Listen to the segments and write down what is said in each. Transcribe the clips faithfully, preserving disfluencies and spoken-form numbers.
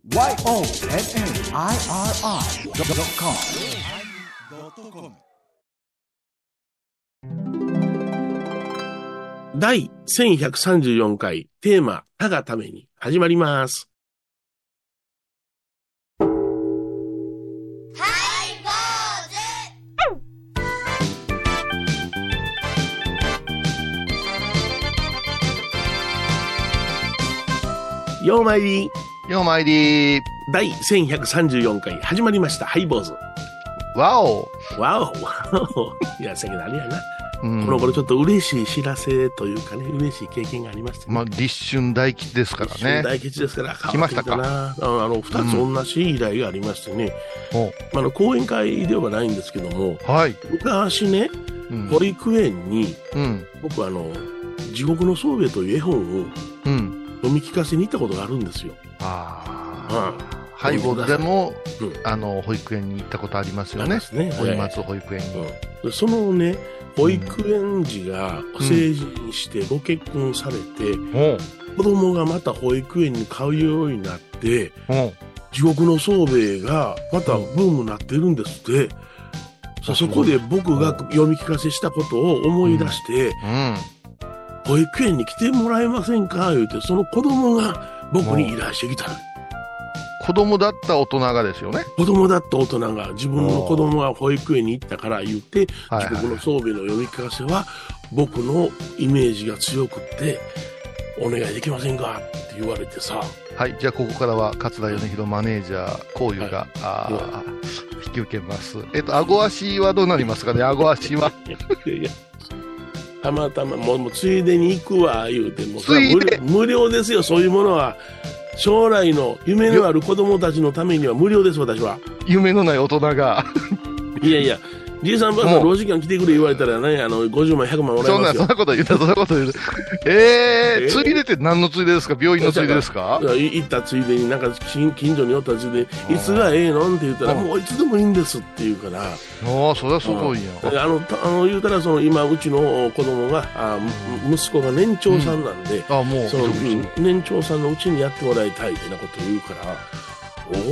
ワイオーエヌエヌアイアールアイドットコム第せんひゃくさんじゅうよんかいテーマ「他がために」始まります。ようまいりようまいり第せんひゃくさんじゅうよんかい始まりました。ハイボーズ。 わおわおわおいや、せやけどあれやな、うん、この頃ちょっと嬉しい知らせというかね、嬉しい経験がありましたね。 まあ、立春大吉ですからね。 立春大吉ですから来ましたか。 あの、あのふたつ同じ依頼がありましてね、うん、あの講演会ではないんですけども、はい、昔ね、うん、保育園に、うん、僕あの地獄の宗兵衛という絵本を、うん、読み聞かせに行ったことがあるんですよ。ああ、ハイボールでも、うん、あの保育園に行ったことありますよね。ね、保松保育園に、 うん、そのね保育園児が成人してご結婚されて、うん、子供がまた保育園に通うようになって、うん、地獄の宗兵衛がまたブームになってるんですって、うん、そこで僕が読み聞かせしたことを思い出して、うんうん、保育園に来てもらえませんか言うて、その子供が僕に依頼してきた。 子供だった大人がですよね。 子供だった大人が自分の子供が保育園に行ったから言って、地獄の宗兵衛の読み聞かせは僕のイメージが強くってお願いできませんかって言われてさ。 はい、じゃあここからは桂米広マネージャーこういうが、はい、あ引き受けます。えっと顎足はどうなりますかね。顎足はいやいやたまたまもう、もうついでに行くわ言うても無料、無料ですよ。そういうものは将来の夢のある子供たちのためには無料です。私は夢のない大人がいやいや、じいさんばあさん労働時間来てくれ言われたらね、あのごじゅうまんひゃくまんもらえますよ。 そんなそんなこと言ったそんなこと言うえー、えー、ついでって何のついでですか。病院のついでですか。 行ったついでになんか近所におったついでにいつがええのって言ったらもういつでもいいんですって言うから。 ああ、そりゃすごいや。 あのあの言うたらその今うちの子供があ息子が年長さんなんで、うん、あもうその年長さんのうちにやってもらいたいってなこと言うから。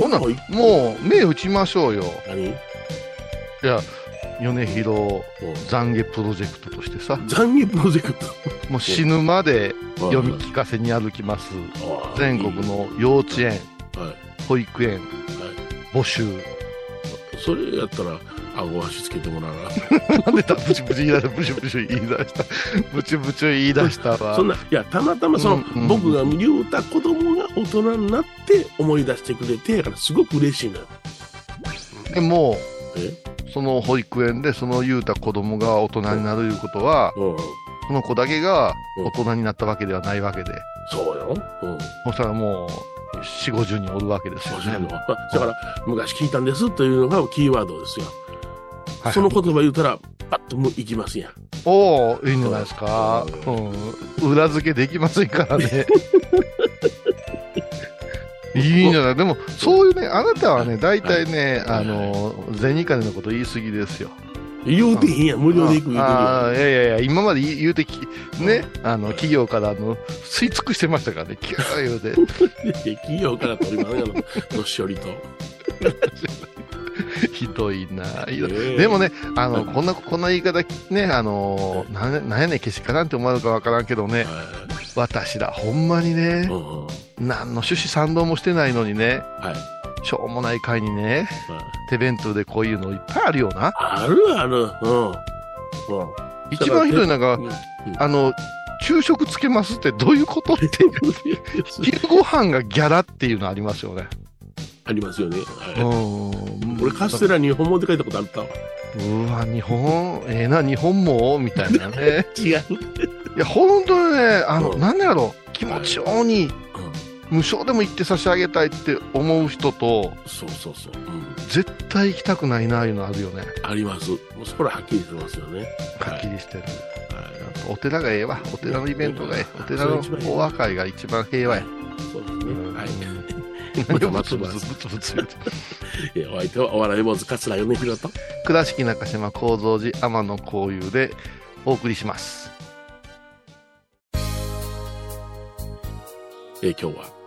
ほなもう目打ちましょうよ。 何？いや米広懺悔プロジェクトとしてさ。 懺悔プロジェクトもう死ぬまで読み聞かせに歩きます。全国の幼稚園、はい、保育園、はい、募集。 それやったら顎足つけてもらうな。なんでだブチブチ言い出したブチブチ言い出したブチブチ言い出したわ。 そんないやたまたまその、うんうん、僕が言うた子供が大人になって思い出してくれてやからすごく嬉しいのよ。 でもえその保育園でその言うた子供が大人になるいうことは、うん、その子だけが大人になったわけではないわけで、うん、 そうよ、うん、 そしたらもうよんじゅう、ごじゅうにんおるわけですよね。 だから昔聞いたんですというのがキーワードですよ、はいはい、その言葉言うたらパッといきますやん。 おお、いいんじゃないですか、うん、裏付けできませんからねいいんじゃない。でもそういうね、あなたはね大体ね、あの銭金のこと言い過ぎですよ。 言うてへんやん、無料で行く言うてるやん。 ああ、いやいやいや、今まで言うてきね、あの企業からの吸い尽くしてましたからね、キュー言うて企業から取りますよのっしょりとひどいな、えー、でもね、あのこんなこんな言い方ね、あのなんなんやねんけしからんって思われるかわからんけどね、私らほんまにね、うんうん、何の趣旨賛同もしてないのにね、はい、しょうもない会にね、はい、手弁当でこういうのいっぱいあるよな。 あるある、うんうん、 一番ひどいのが、うんうん、あの昼食つけますってどういうことって昼ご飯がギャラっていうのありますよね。 ありますよね、はい、うん俺カステラ日本語で書いたことあったわ。 うわ日本ええー、な日本もみたいなね違ういや本当にね、あの、うん、なんやろ気持ちように、うん、無償でも行って差し上げたいって思う人と、 そうそうそう、うん、 絶対行きたくないないうのあるよね。 あります。もうそれははっきりしてますよね。 はっきりしてる、はい、お寺がええわ。お寺のイベントがええ。お寺の法和会が一番平和や。 そうですね、うん、はいブツブツブツブツ言うてお相手はお笑い坊主桂米広と倉敷中島幸三寺天野幸雄でお送りします。 えー、今日は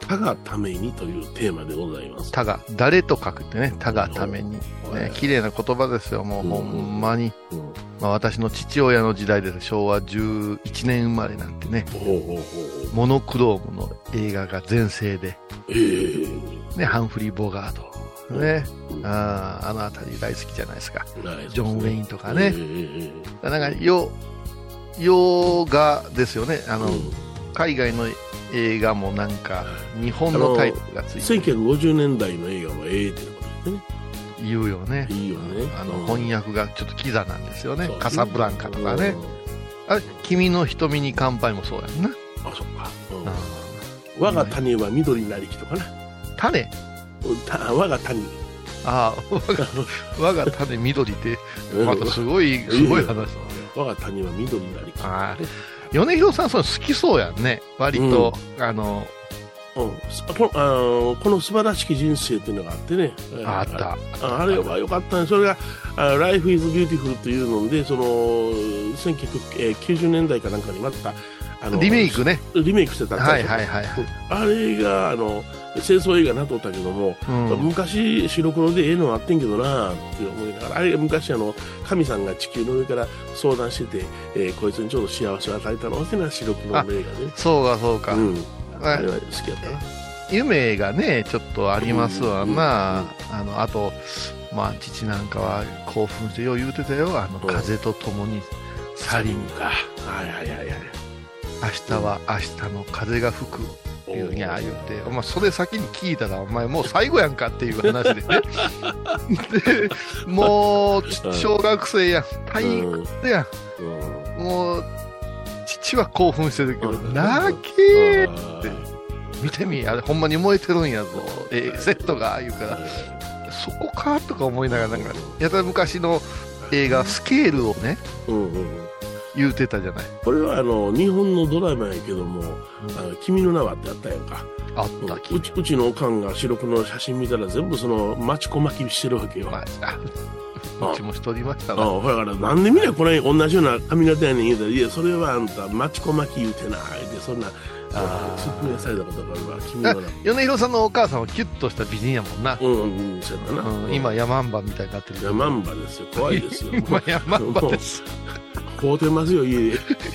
他がためにというテーマでございます。 他が、誰と書くってね、他がために。ね、綺麗な言葉ですよ、もう、ほんまに。うんうん、まあ、私の父親の時代です。しょうわじゅういちねん生まれなんてね。モノクロームの映画が全盛で。えー、ね、ハンフリー・ボガード。ね、うん、あ, あのあたり大好きじゃないですか。ジョン・ウェインとかね。えー、なんか、よ、洋画ですよね。あの、うん、海外の映画もなんか、日本のタイトルがついてる。 せんきゅうひゃくごじゅうねんだいの映画はええってことですね。 言うよね。 いいよね。 あの、翻訳がちょっとキザなんですよね。カサブランカとかね。あれ、君の瞳に乾杯もそうやんな。 あ、そっか。我が種は緑なりきとかな。 種我が種。 ああ、我が種緑って、またすごい、すごい話。 我が種は緑なりき。 ああ。米広さん、その好きそうやんね。割と、あの、 うん、このあこの素晴らしき人生っていうのがあってね。 あった。 あ, あれは良かったね。それが、Life is Beautiful というので、その、せんきゅうひゃくきゅうじゅうねんだいかなんかにまた、あの、 リメイクね。 リメイクしてたんですよ。 はいはいはい。 あれが、あの、戦争映画になっとったけども、うん、昔白黒でええのあってんけどなって思いながら、あれ昔あの、神さんが地球の上から相談してて、えー、こいつにちょうど幸せを与えたのってのは白黒の映画で。 そうかそうか。うんあれは好きやったな。 夢がね、ちょっとありますわな。うんうんうん、あの、あと、まあ、父なんかは興奮してよう言うてたよ。あの、うん、風と共に去りぬか。はいはいはいはい。明日は明日の風が吹く。言うにゃ言うて、お前それ先に聞いたらお前もう最後やんかっていう話でね。で、もう、小学生やん。体育やん。うん、もう、父は興奮してるけど、泣けーって、見てみ、あれほんまに燃えてるんやぞ、えー、セットが、言うから、そこかとか思いながら、なんか、やたら昔の映画、スケールをね、うんうん、言うてたじゃない。 これはあの、日本のドラマやけども、うん、あの君の名はってあったやんか。 あった、 うち、うちのおかんが白黒の写真見たら全部その、町小巻きしてるわけよ。まあうちもしとりましたな。 ああ、だから、なんでみんなこれ同じような髪型やねん言うたら、いや、それはあんた、マチコ巻き言うてな、で、そんな、説明されたことがあるわ、君の名。 米広さんのお母さんはキュッとした美人やもんな。 うん、うん、そうやったな。 うん、今、ヤマンバみたいになってる。 ヤマンバですよ、怖いですよ。 今、ヤマンバです。 買うてますよ、家で。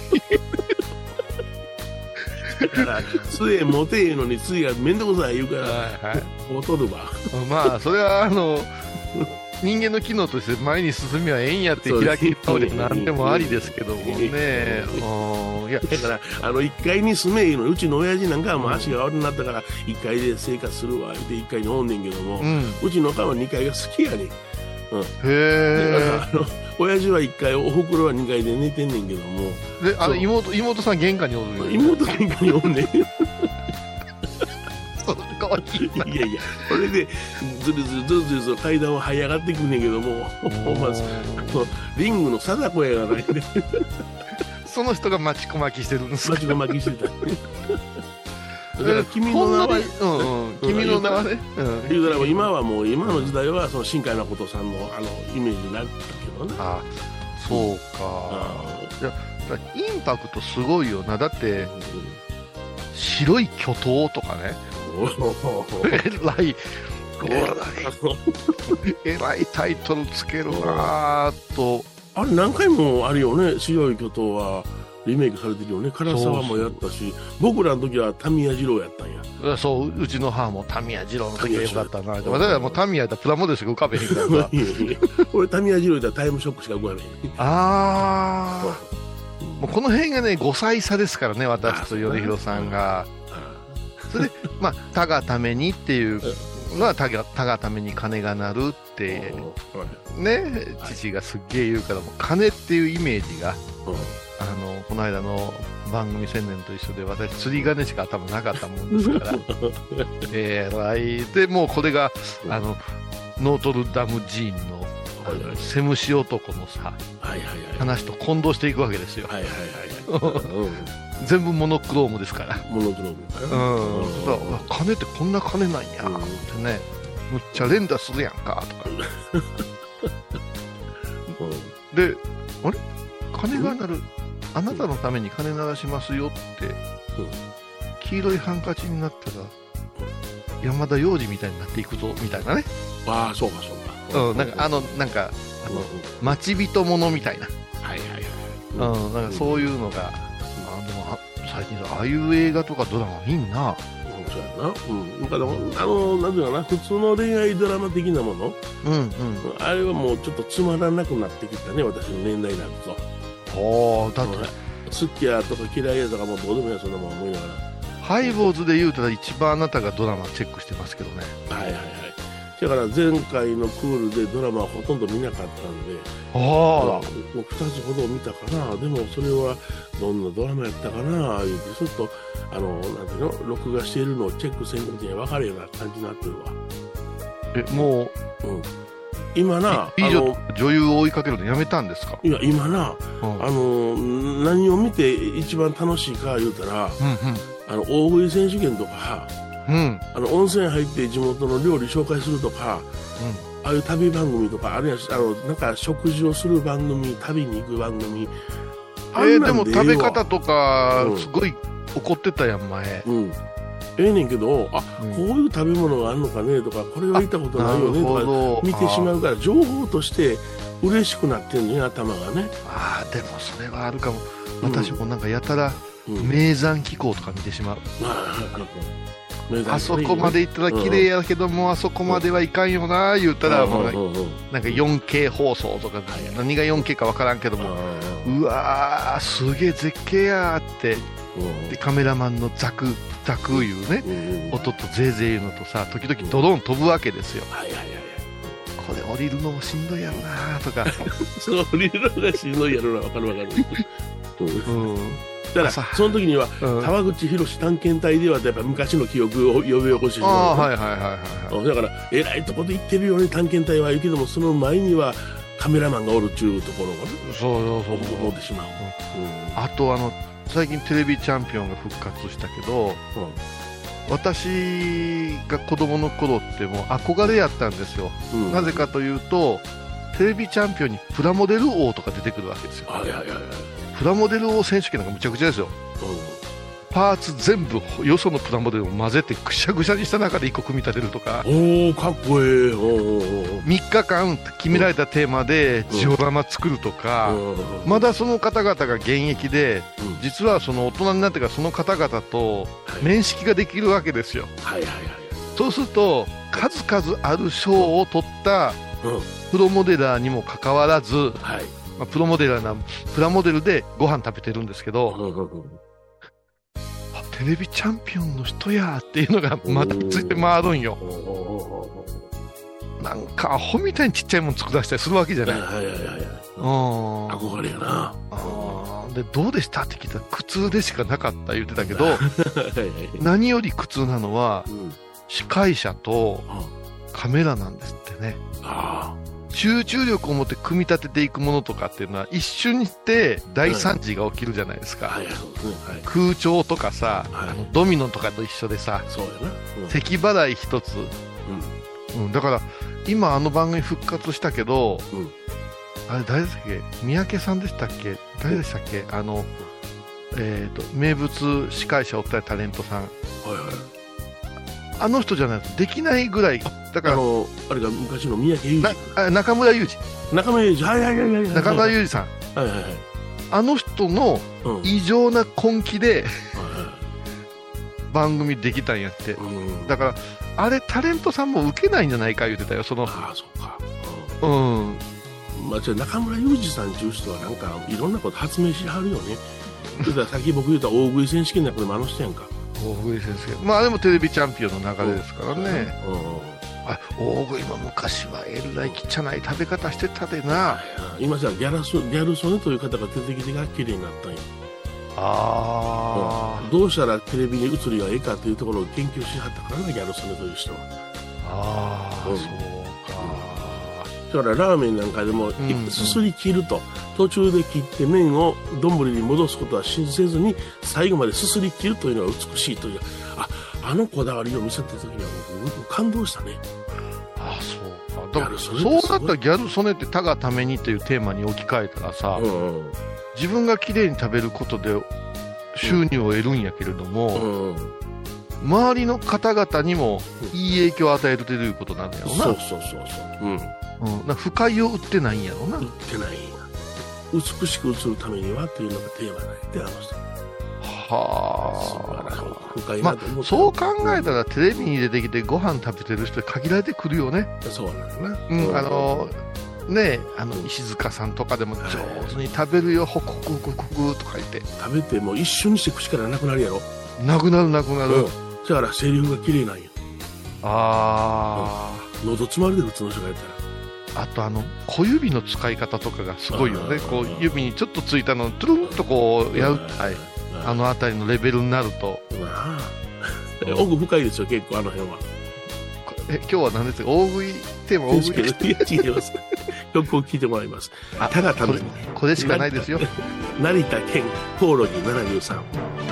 だから、杖持てえのに、杖がめんどくさい言うから、はいはい、こう取るわ。 まあ、それは、あの、人間の機能として前に進みはええんやって開き直りなんでもありですけどもね。いやだからあのいっかいに住めいうのうちの親父なんかはもう足が悪くなったからいっかいで生活するわっていっかいにおんねんけども、うん、うちのおかんはにかいが好きやねん。うん、へえ。 だからあの親父はいっかいおふくろはにかいで寝てんねんけども。 であの妹妹さん玄関におるよ。 妹玄関におんねん。 いやいや、これでずるずるずるずるずる階段を這い上がってくんねんけども、まずリングの貞子やがないでその人がマチコ巻きしてるんですか。マチコ巻きしてた。だから君の名は、 うんうん、君の名はね。 言うたら今はもう今の時代はその新海誠さんのあのイメージになったけどね。 あ、そうか。いや、インパクトすごいよな。だって、白い巨頭とかね。えらい、えらいタイトルつけるなぁと。 あれ何回もあるよね、白い巨頭はリメイクされてるよね。唐沢もやったし、僕らの時はタミヤ二郎やったんや。 そう、うちの母もタミヤ二郎の時はよかったな。私はもうタミヤやったらプラモデルしか浮かべへんからさ。 俺タミヤ二郎やったらタイムショックしか浮かべへん。 ああ。もうこの辺がね、ごさい差ですからね、私と米広さんが。それで、まあ、他がためにっていうのは、他が、他がために金が鳴るって、ね、父がすっげえ言うから、もう金っていうイメージが、あの、この間の番組宣伝と一緒で、私、釣り鐘しか頭なかったもんですから、えらい。で、もうこれが、あの、ノートルダム寺院の、セムシ男のさ、話と混同していくわけですよ。全部モノクロームですから。 モノクローム。 うん。だから金ってこんな金なんやってね。むっちゃ連打するやんかとか。で、あれ鐘が鳴る。あなたのために鐘鳴らしますよって。黄色いハンカチになったら山田洋次みたいになっていくぞみたいなね。 ああ、そうかそうか。 うん、なんかあのなんかあの、うん、待ち人ものみたいな。 はいはいはい。 うん、なんかそういうのが、うん、あでも最近ああいう映画とかドラマいいな。 うん、そうやな。うん。だからあのなんていうかな、普通の恋愛ドラマ的なもの。うんうん。あれはもうちょっとつまらなくなってきたね、私の年代になると。 ああ、だって、 好きやとか嫌いやとかもうどうでもいいやそんなもん思いながら。 ハイボーズで言うたら一番あなたがドラマチェックしてますけどね。 はいはいはい。だから前回のクールでドラマはほとんど見なかったんで、 ああふたつほど見たかな。でもそれはどんなドラマやったかな言うて、ちょっとあのなんていうの、録画しているのをチェックせんときに分かるような感じになってるわ。 え、もう、うん、 今な、 美女女優を追いかけるのやめたんですか？ いや今な、うん、あの何を見て一番楽しいか言うたら、うんうん、あの大食い選手権とか、うん、あの温泉入って地元の料理紹介するとか、うん、ああいう旅番組とか、あるいはあのなんか食事をする番組、旅に行く番組。 えー、でも食べ方とか、うん、すごい怒ってたやん前。うん、 ええねんけど、あ、うん、こういう食べ物があるのかねとか、これは行ったことないよねとか見てしまうから、情報として嬉しくなってんのよ、頭がね。 ああ、でもそれはあるかも。私もなんかやたら名山気候とか見てしまう。うん、あそこまで行ったら綺麗やけども、うん、あそこまではいかんよな言うたら、うん、もうなんか よんケー 放送とか、何が よんケー かわからんけども、うわーすげえ絶景やーって、でカメラマンのザクザクいうね、うん、音とゼーゼーいうのとさ、時々ドローン飛ぶわけですよ。はいはいはい、これ降りるのもしんどいやろなとかそう降りるのがしんどいやろな、分かる分かるうん、だからその時には、うん、川口博探検隊ではやっぱ昔の記憶を呼び起こしてしまう、 あ、はいはいはいはい、 だからえらいとこで行ってるよね探検隊は言うけども、その前にはカメラマンがおるっちゅうところがね、 そうそうそう思ってしまう、 うん、あとあの最近テレビチャンピオンが復活したけど、うん、私が子供の頃ってもう憧れやったんですよ、うん、なぜかというとテレビチャンピオンにプラモデル王とか出てくるわけですよ。はいはいはいはい、プラモデル王選手権なんかむちゃくちゃですよ、うん、パーツ全部よそのプラモデルを混ぜてぐしゃぐしゃにした中でいっこ組み立てるとか、 おーかっこええ、おみっかかん決められたテーマでジオラマ作るとか、うん、まだその方々が現役で、うん、実はその大人になってからその方々と面識ができるわけですよ、はいはいはいはい、そうすると数々ある賞を取ったプロモデラーにもかかわらず、はい、まあ、プロモデラーなプラモデルでご飯食べてるんですけど、うんうんうん、あテレビチャンピオンの人やっていうのがまたついて回るんよ。なんかアホみたいにちっちゃいもの作らせたりするわけじゃない。はいはいはいはい、 憧れやな。 あでどうでしたって聞いたら苦痛でしかなかった言ってたけど何より苦痛なのは、うん、司会者とカメラなんですってね。あ集中力を持って組み立てていくものとかっていうのは一瞬にして大惨事が起きるじゃないですか、はいはいはい、空調とかさ、はい、あのドミノとかと一緒でさ、そうやな、うん、咳払い一つ、うんうん、だから今あの番組復活したけど、うん、あれ誰でしたっけ、三宅さんでしたっけ、誰でしたっけ、あの、えーと、名物司会者おったりタレントさん、はいはい、あの人じゃないとできないぐらいだから、あのあれが昔の三宅裕二、中村裕二、 中村裕二、はいはいはいはい、 中村裕二さん、はいはいはい、あの人の異常な根気で、うん、番組できたんやって、うん、だからあれタレントさんも受けないんじゃないか言ってたよ、その、ああそうか、うん、うん、 まあ、じゃあ中村裕二さんっていう人はなんかいろんなこと発明しはるよねだからさっき僕言った大食い選手権の中でもあの人やんか、 大食い選手権、まあでもテレビチャンピオンの流れですからね、うんうん、あ大食いも昔はえらい汚い食べ方してたでな、 今じゃギャラソギャル曽根という方が出てきてが綺麗になったんや。あ、うん、どうしたらテレビに映りがいいかというところを研究しはったからね、ギャル曽根という人は。ああ、うん、そうか。だからラーメンなんかでも、うんうん、すすり切ると途中で切って麺を丼に戻すことは信じせずに最後まですすり切るというのが美しいという、ああのこだわりを見せた時には僕感動したね。 ああそうか。だからそうなったらギャル曽根って他がためにというテーマに置き換えたらさ、うんうん、自分がきれいに食べることで収入を得るんやけれども、うんうん、 周りの方々にもいい影響を与えるということなんだよな。 そうそうそうそう。うん。 うん、なんか不快を売ってないんやろな。 売ってないんや。美しく映るためにはっていうのがテーマなんやって、あの人。 はあ。深いまあ、 なと思った。 そう考えたらテレビに出てきてご飯食べてる人限られてくるよね。 そうなんだな。 うん、あのねあの石塚さんとかでも上手に食べるよ、ホクホクホクホクとか言って。 食べてもう一瞬にして口からなくなるやろ。 なくなるなくなる。 うん、だからセリフが綺麗なんよ。 ああ、 うん、喉詰まりで普通の人がやったら。あとあの小指の使い方とかがすごいよね。こう指にちょっとついたのをトゥルンとこうやる、はい、あの辺りのレベルになると、まあ、 奥深いですよ結構あの辺は。 え今日は何ですか、大食いテーマ。大食い聞いてます。曲を聴いてもらいます。 あ、ただこれこれしかないですよ。 成田健コオロギななじゅうさん。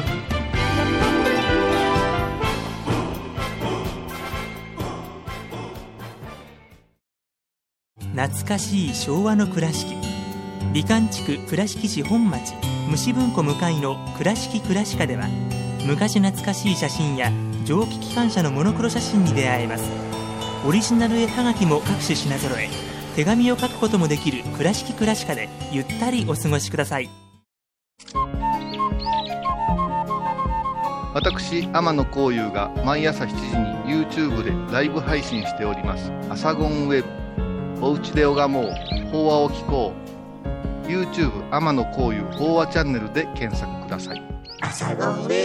懐かしい昭和の倉敷、美観地区倉敷市本町虫文庫向かいの倉敷倉歯科では、昔懐かしい写真や蒸気機関車のモノクロ写真に出会えます。オリジナル絵はがきも各種品揃え、手紙を書くこともできる倉敷倉歯科でゆったりお過ごしください。 私天野幸雄が毎朝しちじに YouTube でライブ配信しておりますアサゴンウェブ。おうちで拝もう法話を聞こう。 YouTube 天野幸雄法話チャンネルで検索ください。アサゴンウェブ。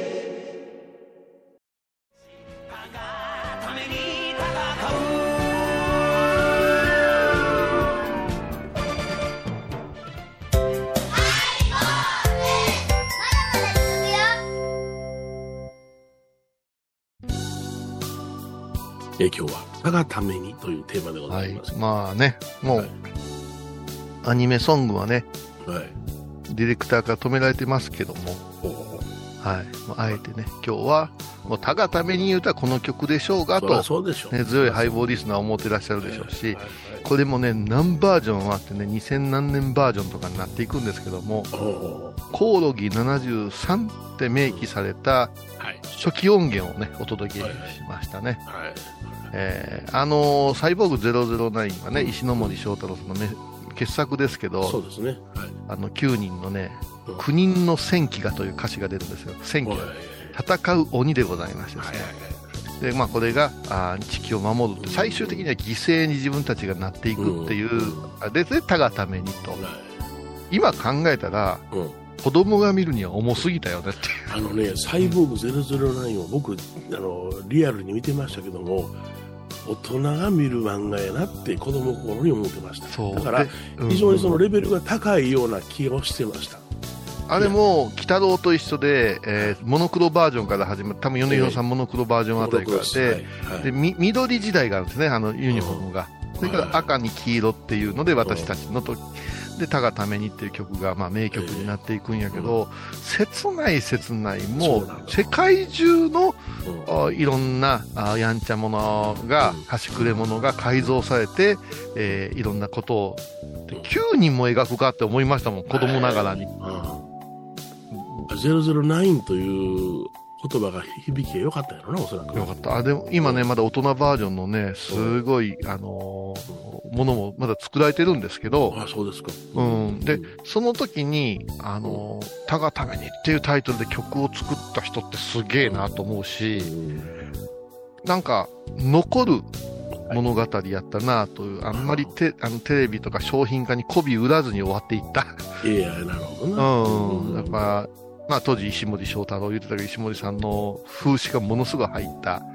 え今日は「たがために」というテーマでございます、 はい、まあねもう、はい、アニメソングはね、はい、ディレクターから止められてますけども、はい、あえてね今日はもうたがために言うたらこの曲でしょうがと、 そうでしょう、 ね、強いハイボーリスナーを思ってらっしゃるでしょうし、はいはいはい、これもね何バージョンあってねにせん何年バージョンとかになっていくんですけども、コオロギななじゅうさんって明記された初期音源をねお届けしましたね。はいはいはい、えー、あのー、サイボーグゼロゼロナインはね、うん、石森章太郎さんの、ね、傑作ですけど、 そうですね、はい、 あのきゅうにんのね、うん、きゅうにんの戦記がという歌詞が出るんですよ。戦記、戦う鬼でございましてですね、はいはいはい、でまあ、これがあ地球を守るって最終的には犠牲に自分たちがなっていくっていう、うん、ででたがためにと、はい、今考えたら、うん、子供が見るには重すぎたよねって。 あのね、サイボーグゼロゼロナインを僕あのリアルに見てましたけども、大人が見る漫画やなって子供の頃に思ってました。そうだから非常にそのレベルが高いような気をしてました。 あれも鬼太郎と一緒で、えー、モノクロバージョンから始まって多分米広さんモノクロバージョンあたりからで、はいはい、でみ緑時代があるんですね、あのユニフォームが、うん、それから赤に黄色っていうので私たちの時、うん、でたがためにっていう曲がまあ名曲になっていくんやけど、えー、切ない切ないもう世界中の、うん、いろんなあやんちゃ者が、うん、端くれ者が改造されて、えー、いろんなことをきゅうにんも描くかって思いましたもん、子供ながらに。 ゼロゼロナインという言葉が響きが良かったやろな、おそらく。 良かった。あ、でも今ね、まだ大人バージョンのね、すごい、あのー、ものもまだ作られてるんですけど。 あ、そうですか。 うん。で、その時に、あのー、たがためにっていうタイトルで曲を作った人ってすげえなと思うし、なんか、残る物語やったなという、あんまりテ、あのテレビとか商品化に媚び売らずに終わっていった。 いや、なるほどな。 うん。やっぱ、まあ、当時石森章太郎言ってたけど、石森さんの風刺がものすごい入った、はい、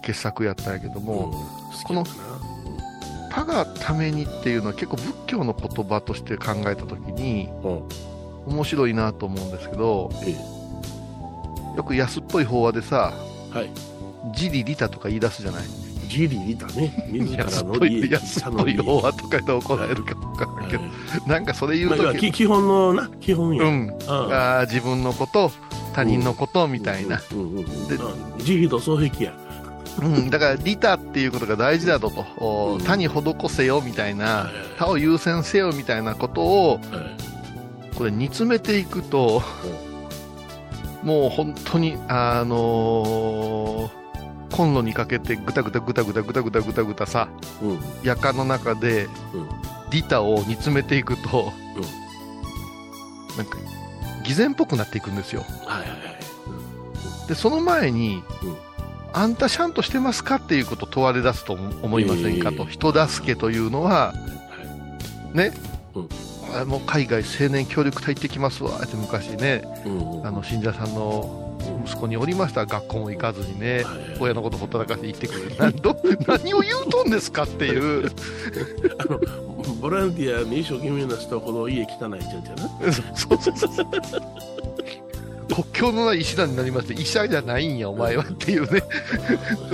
傑作やったんやけども、うん、この「たがために」っていうのは結構仏教の言葉として考えたときに、うん、面白いなと思うんですけど、ええ、よく安っぽい法話でさ「はい、自利利他」とか言い出すじゃない。 自利利他ね、自らの利益、安っぽい法話とかで怒られるか分からんけど、はい、なんかそれ言うとき、 基本のな、基本や、うん、 あ自分のこと他人のことみたいな、 自利と双璧や、 うん、だから利他っていうことが大事だとと、うん、他に施せよみたいな、他を優先せよみたいなことを、これ煮詰めていくと、 もう本当にあのーコンロにかけてぐたぐたぐたぐたぐたぐたぐたぐたさ、うん、夜間の中で、うん、リタを煮詰めていくと、うん、なんか偽善っぽくなっていくんですよ、はいはいはい、うん、でその前に、うん、あんたちゃんとしてますかっていうことを問われ出すと思いませんかと、えー、人助けというのは、ね、うん、もう海外青年協力隊行ってきますわって昔ね、うん、あの信者さんの息子におりました。学校も行かずにね、親のことほったらかして行ってくるなど何を言うとんですかっていうあのボランティアに一生懸命な人はこの家汚いっちゃうじゃなそうそうそう国境のない医師団になりまして、医者じゃないんやお前はっていうね、うん、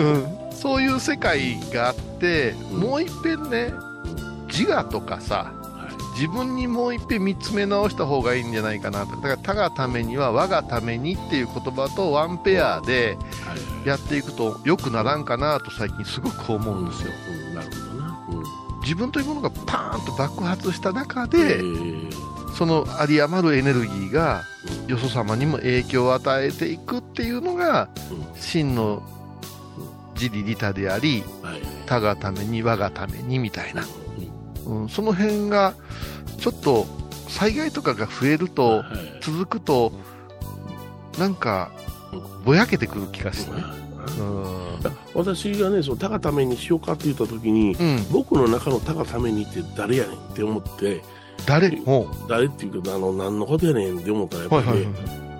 そういう世界があって、うん、もう一遍ね、自我とかさ、自分にもう一遍見つめ直した方がいいんじゃないかなと。だから他がためには我がためにっていう言葉とワンペアでやっていくと良くならんかなと最近すごく思うんですよ、うんうん、なるほどな、うん、自分というものがパーンと爆発した中で、その有り余るエネルギーがよそ様にも影響を与えていくっていうのが真の自利利他であり、他がために我がためにみたいな、うん、その辺がちょっと災害とかが増えると、続くとなんかぼやけてくる気がするね、うん、 私がね、その他がためにしようかって言った時に、うん、僕の中の他がためにって誰やねんって思って、 誰誰っていうか、あの何のことやねんって思ったらやっぱり、ね、はいはいはい、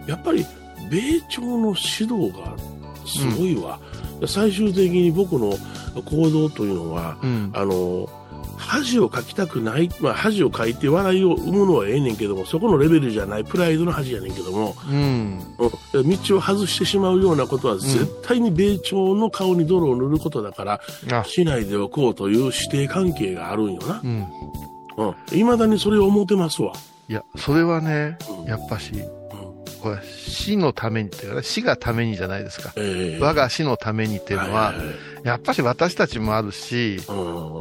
やっぱり米朝の指導がすごいわ、うん、最終的に僕の行動というのは、うん、あの恥をかきたくない、まあ、恥をかいて笑いを生むのはええねんけども、そこのレベルじゃないプライドの恥やねんけども、うん、道を外してしまうようなことは絶対に米朝の顔に泥を塗ることだから、うん、しないでおこうという師弟関係があるんよな。うん、うん、未だにそれを思ってますわ。 いや、それはね、うん、やっぱし、うん、これ死のためにっていうか、死がためにじゃないですか、えー、我が死のためにっていうのは、はいはいはい、やっぱし私たちもあるし、うん、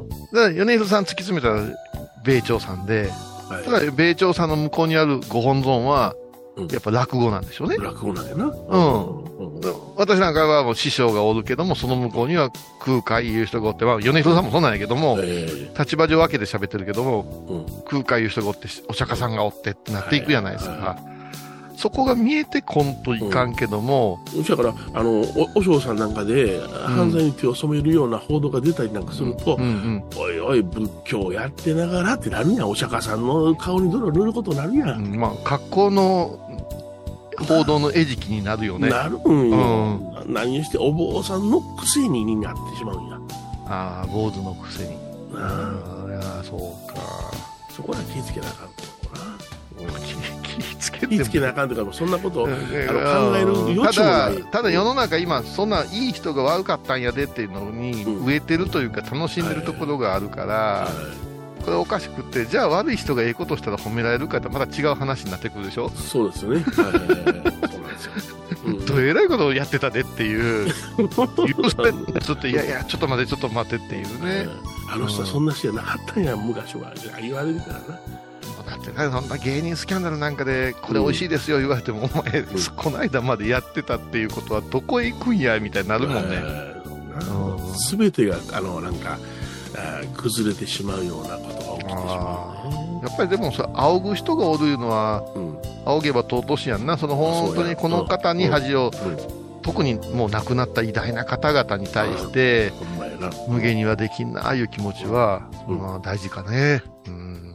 だから米広さん突き詰めたら米朝さんで、はい、ただ米朝さんの向こうにあるご本尊は、うん、やっぱ落語なんでしょうね。 落語なんやな。うん。 うん、私なんかはもう師匠がおるけども、その向こうには空海いう人がおって、まあ、米広さんもそうなんやけども、えー、立場上分けて喋ってるけども、うん、空海いう人がおって、お釈迦さんがおってってなっていくじゃないですか。はいはいはい、そこが見えてこんといかんけども、 うん、だからあのお尚さんなんかで、うん、犯罪に手を染めるような報道が出たりなんかすると、うんうん、おいおい仏教やってながらってなるやん。お釈迦さんの顔に泥を塗ることになるやん、 うん、まあ格好の報道の餌食になるよね。 なるんよ、うん、何してお坊さんのくせにになってしまうんや。 ああ、坊主のくせに。ああ、いや、そうか。 そこは気ぃつけなあかんと思うな。 気ぃつけて気ぃつけなあかんとか、そんなことを、うん、あの考える余地もない。 ただ、ただ世の中今そんないい人が悪かったんやでっていうのに植えてるというか楽しんでるところがあるから、はいはいはい、これおかしくって、じゃあ悪い人がええことしたら褒められるかってまた違う話になってくるでしょ。 そうですね。はい、そうなんですよ。うん、 どえらいことをやってたでっていう許されちょっといやいやちょっと待ってちょっと待ってっていうね、 うん、あの人はそんな人じゃなかったんや昔は言われるからな。 だってそんな芸人スキャンダルなんかでこれ美味しいですよ言われても、うん、お前、うん、この間までやってたっていうことはどこへ行くんやみたいになるもんね。 すべてがあのなんか崩れてしまうようなことが起きてしまうね。 やっぱりでもさ、仰ぐ人がおるいうのは、うん、仰げば尊しやんな。その本当にこの方に恥を、うんうん、特にもう亡くなった偉大な方々に対して、うん、無限にはできんなあいう気持ちは、うんまあ、大事かね。うん、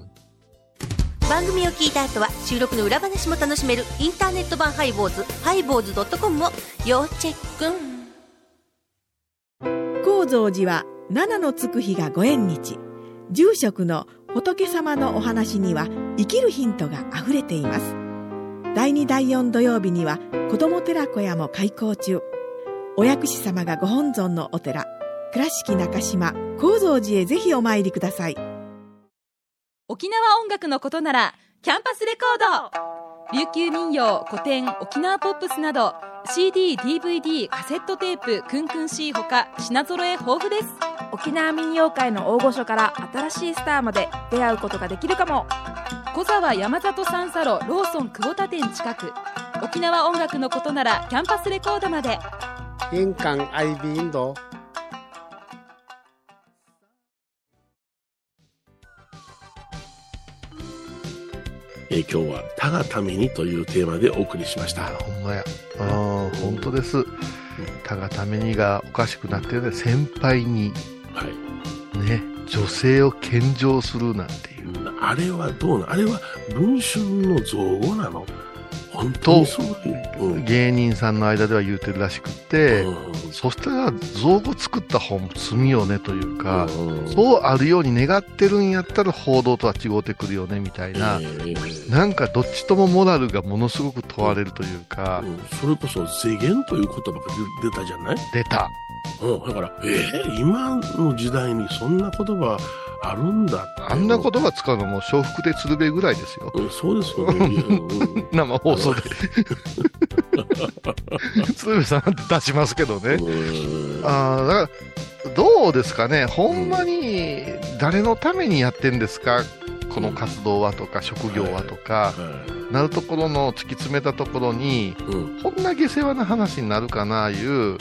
番組を聞いた後は収録の裏話も楽しめるインターネット版ハイボーズハイボーズドットコムを要チェック。 高蔵寺は七のつく日がご縁日。住職の仏様のお話には生きるヒントがあふれています。だいにだいよん土曜日には子ども寺小屋も開校中。お薬師様がご本尊のお寺、倉敷中島・高蔵寺へぜひお参りください。 沖縄音楽のことならキャンパスレコード。琉球民謡、古典、沖縄ポップスなど シーディー、ディーブイディー、カセットテープ、クンクン C ほか品揃え豊富です。 沖縄民謡界の大御所から新しいスターまで出会うことができるかも。 小沢山里三佐路ローソン久保田店近く。 沖縄音楽のことならキャンパスレコードまで。 印港 アイビー インド。 えー、今日は他がためにというテーマでお送りしました。 ほんまや。ああ、本当です。他がためにがおかしくなってるね。先輩に、はい、ね、女性を献上するなんていう。 あれはどうなの？あれは文春の造語なの？本当にそういう、 うん、芸人さんの間では言うてるらしくて、うん、そしたら造語作った本罪よねというか、うん、そうあるように願ってるんやったら報道とは違うてくるよねみたいな、えー、なんかどっちともモラルがものすごく問われるというか、うんうん、 それこそ世間という言葉が出たじゃない？ 出た。 うん、だから、えー、今の時代にそんな言葉あるんだって。 あんな言葉使うのも笑福亭鶴瓶ぐらいですよ。 うん、そうですよね。うん、 生放送で。鶴瓶さんなんて出しますけどね。ああ、だから、どうですかね。ほんまに誰のためにやってんですか、この活動はとか、職業はとか、はいはい、なるところの突き詰めたところに、うん、こんな下世話な話になるかな、いう、うん、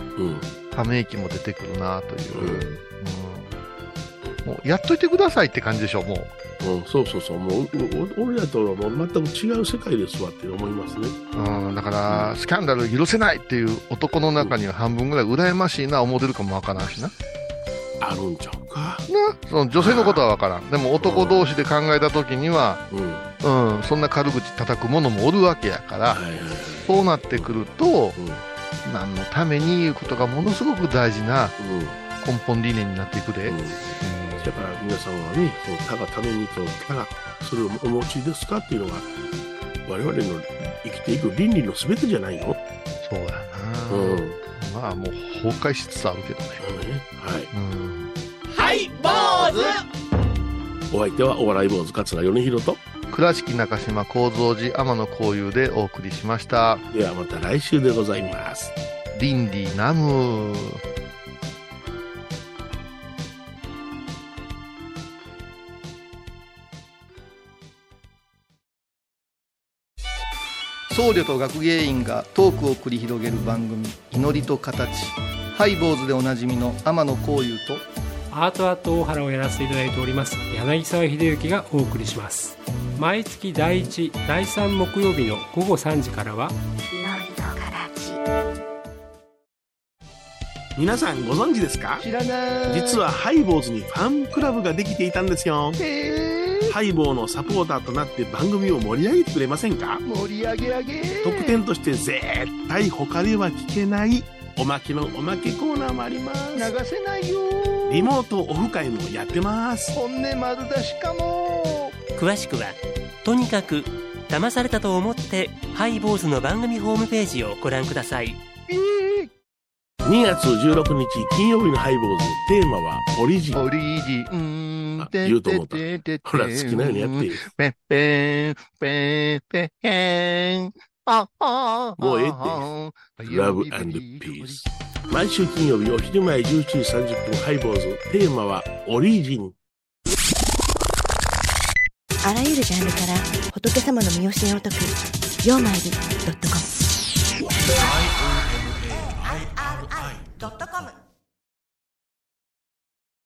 ため息も出てくるな、という。うんもうやっといてくださいって感じでしょ、もう。うん、そうそうそう。もう、俺らとはもう全く違う世界ですわって思いますね。 うん、だから、うん、スキャンダル許せないっていう男の中には半分ぐらい羨ましいな思ってるかもわからんしな。 あるんちゃうか。 な、その女性のことはわからん。でも男同士で考えたときには、うん、うん、そんな軽口叩く者もおるわけやから、はいはいはい、そうなってくると、うん、何のために言うことがものすごく大事な根本理念になっていくで。うんうんだから皆さんはね、その他がためにと他がそれをお持ちですかっていうのが我々の生きていく倫理のすべてじゃないの？ そうやな、うん、まあもう崩壊しつつあるけどね、 うん、 はい、うん、はい坊主。お相手はお笑い坊主桂米宏と倉敷中島幸三寺天野幸雄でお送りしました。 ではまた来週でございます。 リンディナム。 僧侶と学芸員がトークを繰り広げる番組「祈りと形」。ハイボーズでおなじみの天野幸雄とアートアート大原をやらせていただいております柳沢秀幸がお送りします。毎月だいいち、だいさん木曜日の午後さんじからは祈りと形。 皆さんご存知ですか？ 知らない。 実はハイボーズにファンクラブができていたんですよ。へー。ハイボーのサポーターとなって番組を盛り上げてくれませんか？ 盛り上げ上げ。 特典として絶対他では聞けないおまけのおまけコーナーもあります。 流せないよ。 リモートオフ会もやってます。 本音丸出しかも。 詳しくはとにかく騙されたと思ってハイボーズの番組ホームページをご覧ください。 にがつじゅうろくにち金曜日のハイボーズ、テーマはオリジン。 オリジン。 あ、言うと思った。ほら、好きなようにやっていい。 ペッペン、ペン、ペン、ああ、 もうええって。ラブ&ピース。毎週金曜日お昼前じゅういちじさんじゅっぷんハイボーズ、テーマはオリジン。 あらゆるジャンルから仏様の身教えを解く、曜マイルドットコム。